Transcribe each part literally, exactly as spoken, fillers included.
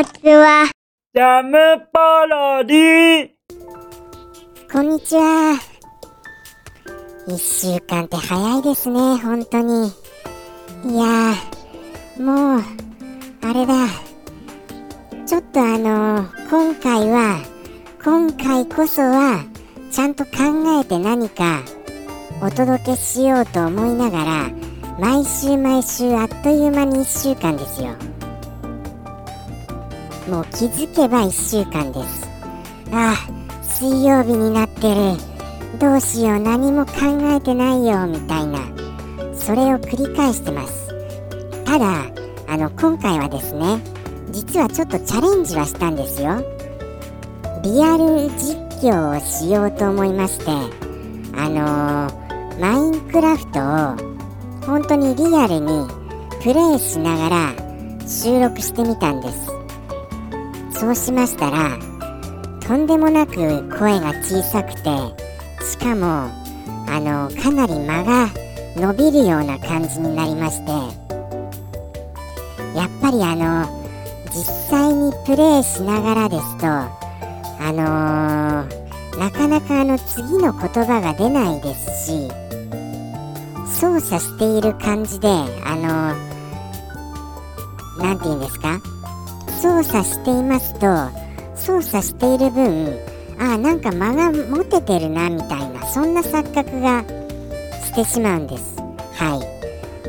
ちは。 ジャムパロディ。 こんにちは。一週間って早いですね、本当に。いやー、もう、あれだ。ちょっとあのー、今回は、今回こそは、ちゃんと考えて何かお届けしようと思いながら、毎週毎週あっという間にいっしゅうかんですよ。もう気づけばいっしゅうかんです。ああ、水曜日になってる。どうしよう、何も考えてないよみたいな、それを繰り返してます。ただあの今回はですね、実はちょっとチャレンジはしたんですよ。リアル実況をしようと思いまして、あのー、マインクラフトを本当にリアルにプレイしながら収録してみたんです。そうしましたら、とんでもなく声が小さくて、しかもあのかなり間が伸びるような感じになりまして、やっぱりあの実際にプレイしながらですと、あのー、なかなかあの次の言葉が出ないですし、操作している感じで、あのー、なんて言うんですか、操作していますと、操作している分、ああなんか間が持ててるなみたいな、そんな錯覚がしてしまうんです。はい。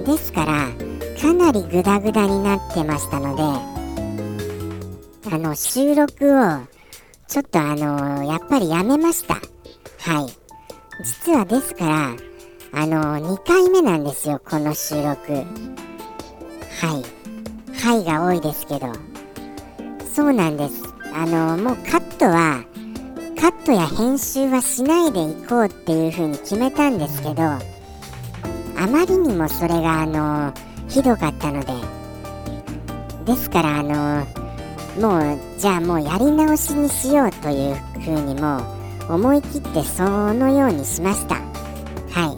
ですからかなりグダグダになってましたので、あの収録をちょっとあのやっぱりやめました。はい。実はですからあのにかいめなんですよ、この収録。はいはいが多いですけど、そうなんです。あのもうカットはカットや編集はしないでいこうっていう風に決めたんですけど、あまりにもそれがあのひどかったので、ですからあのもうじゃあもうやり直しにしようという風にも思い切ってそのようにしました。はい。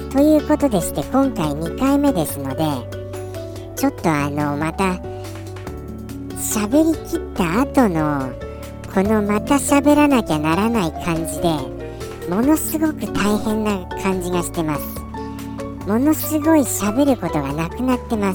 ということでして、今回にかいめですので、ちょっとあのまた喋り切った後のこのまた喋らなきゃならない感じで、ものすごく大変な感じがしてます。ものすごい喋ることがなくなってます。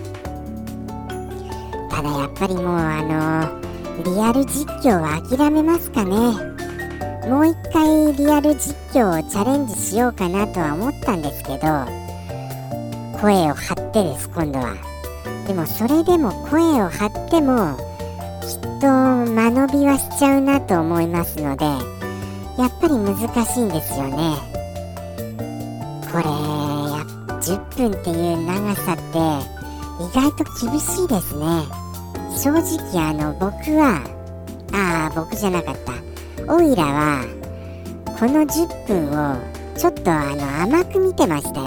ただやっぱりもうあのリアル実況は諦めますかね。もう一回リアル実況をチャレンジしようかなとは思ったんですけど、声を張ってです、今度は。でもそれでも声を張ってもきっと間延びはしちゃうなと思いますので、やっぱり難しいんですよね。これやじゅっぷんっていう長さって意外と厳しいですね。正直あの僕はああ僕じゃなかったオイラはこのじゅっぷんをちょっとあの甘く見てましたよ。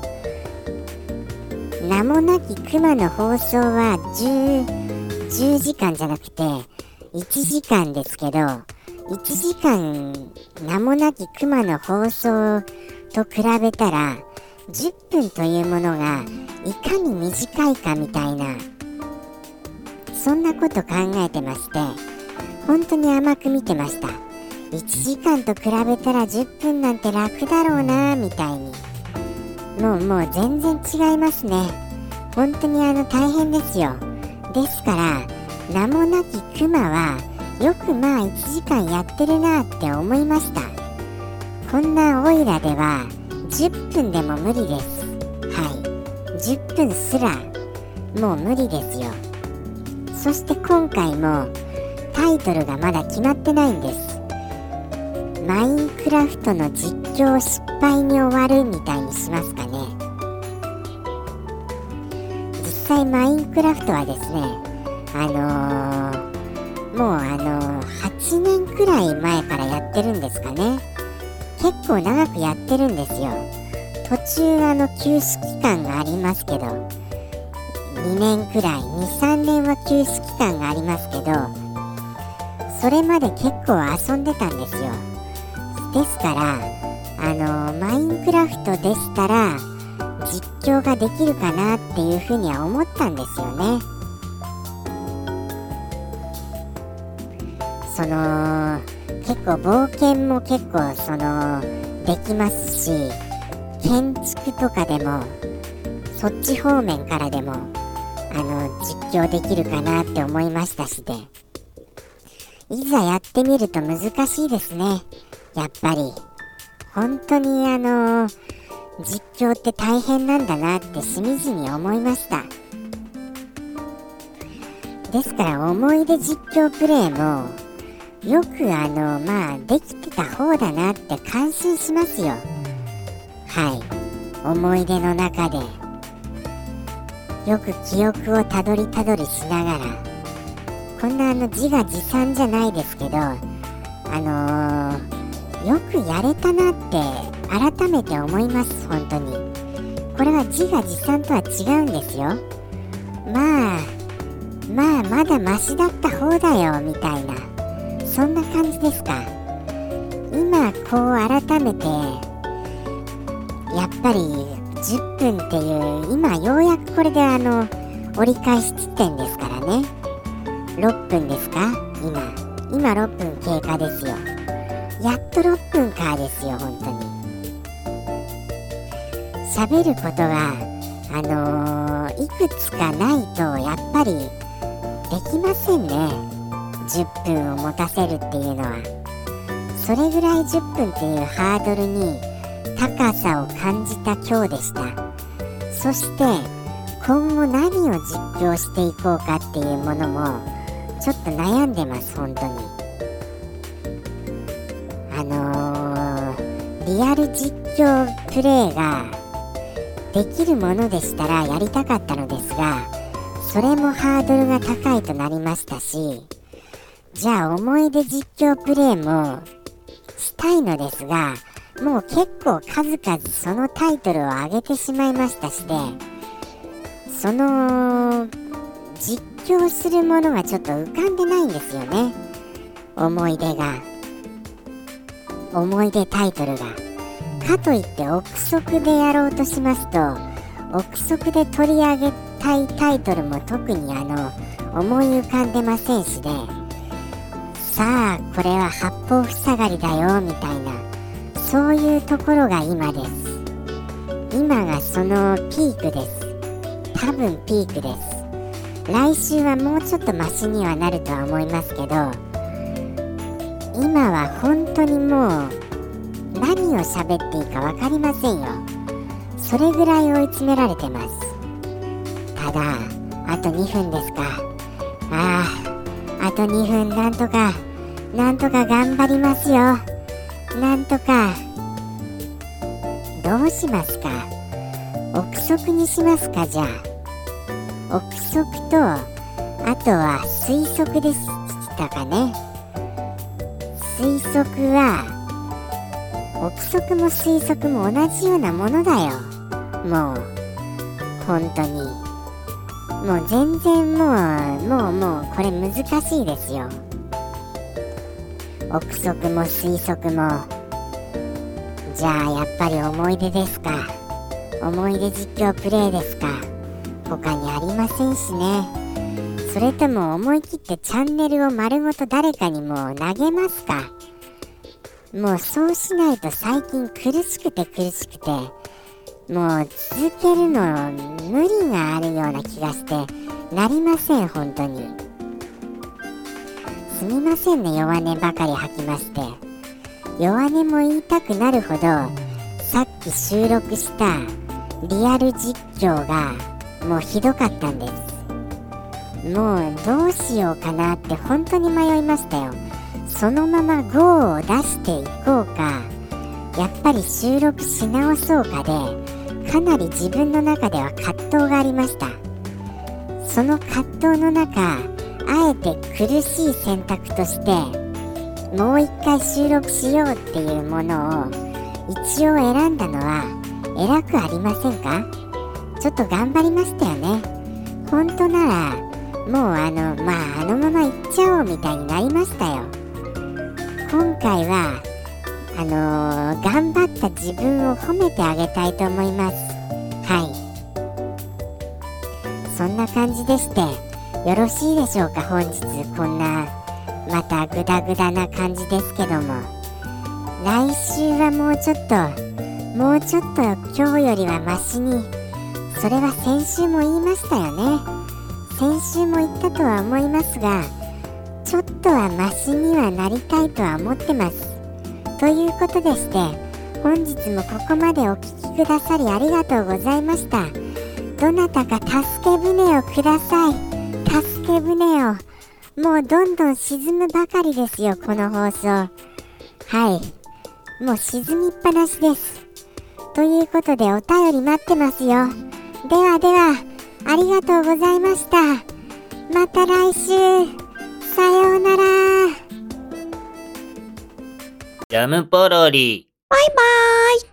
名もなき熊の放送は10、じゅうじかんじゃなくていちじかんですけど、いちじかん名もなき熊の放送と比べたらじゅっぷんというものがいかに短いかみたいな、そんなこと考えてまして、本当に甘く見てました。いちじかんと比べたらじゅっぷんなんて楽だろうなみたいに。もうもう全然違いますね。本当にあの大変ですよ。ですから名もなきクマはよくまあいちじかんやってるなって思いました。こんなオイラではじゅっぷんでも無理です。はい、じゅっぷんすらもう無理ですよ。そして今回もタイトルがまだ決まってないんです。マインクラフトの実況失敗に終わるみたいにしますかね。実際マインクラフトはですね、あのー、もうあのー、はちねんくらい前からやってるんですかね。結構長くやってるんですよ。途中あの休止期間がありますけど、にねんくらい、に、さんねんは休止期間がありますけど、それまで結構遊んでたんですよ。ですからあのマインクラフトでしたら実況ができるかなっていうふうには思ったんですよね。 その結構冒険も結構そのできますし、建築とかでもそっち方面からでもあの実況できるかなって思いましたしで、いざやってみると難しいですね。やっぱり本当にあの実況って大変なんだなってしみじみ思いました。ですから思い出実況プレイもよくあのまあできてた方だなって感心しますよ。はい、思い出の中でよく記憶をたどりたどりしながら、こんなあの自画自賛じゃないですけど、あのー、よくやれたなって改めて思います。本当にこれは自画自賛とは違うんですよ。まあまあまだマシだった方だよみたいな、そんな感じですか。今こう改めてやっぱりじゅっぷんっていう、今ようやくこれであの折り返し地点ですからね。ろっぷんですか。今今ろっぷん経過ですよ。やっとろっぷんかですよ。本当に喋ることがあのー、いくつかないとやっぱりできませんね。じゅっぷんを持たせるっていうのは、それぐらいじゅっぷんっていうハードルに高さを感じた今日でした。そして今後何を実況していこうかっていうものもちょっと悩んでます。本当にあのー、リアル実況プレイができるものでしたらやりたかったのですが、それもハードルが高いとなりましたし、じゃあ思い出実況プレイもしたいのですが、もう結構数々そのタイトルを上げてしまいましたしで、その実況するものがちょっと浮かんでないんですよね。思い出が思い出タイトルがかといって憶測でやろうとしますと、憶測で取り上げたいタイトルも特にあの思い浮かんでませんしで、さあこれは八方塞がりだよみたいな、そういうところが今です。今がそのピークです。多分ピークです。来週はもうちょっとマシにはなるとは思いますけど、今は本当にもう何を喋っていいか分かりませんよ。それぐらい追い詰められてます。ただあとにふんですか。あああとにふん、なんとかなんとか頑張りますよ。なんとか。どうしますか。憶測にしますか。じゃあ憶測とあとは推測でしたかね。推測は憶測も推測も同じようなものだよ。もう本当にもう全然もうもうもうこれ難しいですよ。憶測も推測も。じゃあやっぱり思い出ですか。思い出実況プレイですか。他にありませんしね。それとも思い切ってチャンネルを丸ごと誰かにも投げますか。もうそうしないと最近苦しくて苦しくて、もう続けるの無理があるような気がしてなりません。本当にすみませんね。弱音ばかり吐きまして。弱音も言いたくなるほどさっき収録したリアル実況がもうひどかったんです。もうどうしようかなって本当に迷いましたよ。そのまま ゴー を出していこうか、やっぱり収録し直そうかで、かなり自分の中では葛藤がありました。その葛藤の中、あえて苦しい選択としてもう一回収録しようっていうものを一応選んだのは偉くありませんか。ちょっと頑張りましたよね。本当ならもうあのまああのままいっちゃおうみたいになりましたよ。今回はあのー、頑張った自分を褒めてあげたいと思います。はい、そんな感じでしてよろしいでしょうか。本日こんなまたグダグダな感じですけども、来週はもうちょっともうちょっと今日よりはマシに、それは先週も言いましたよね。先週も言ったとは思いますが、ちょっとはマシにはなりたいとは思ってます。ということでして、本日もここまでお聞きくださりありがとうございました。どなたか助け舟をください。助け舟を。もうどんどん沈むばかりですよ、この放送。はい、もう沈みっぱなしです。ということでお便り待ってますよ。ではでは、ありがとうございました。また来週。さようなら。 ジャムポロリ。 バイバーイ。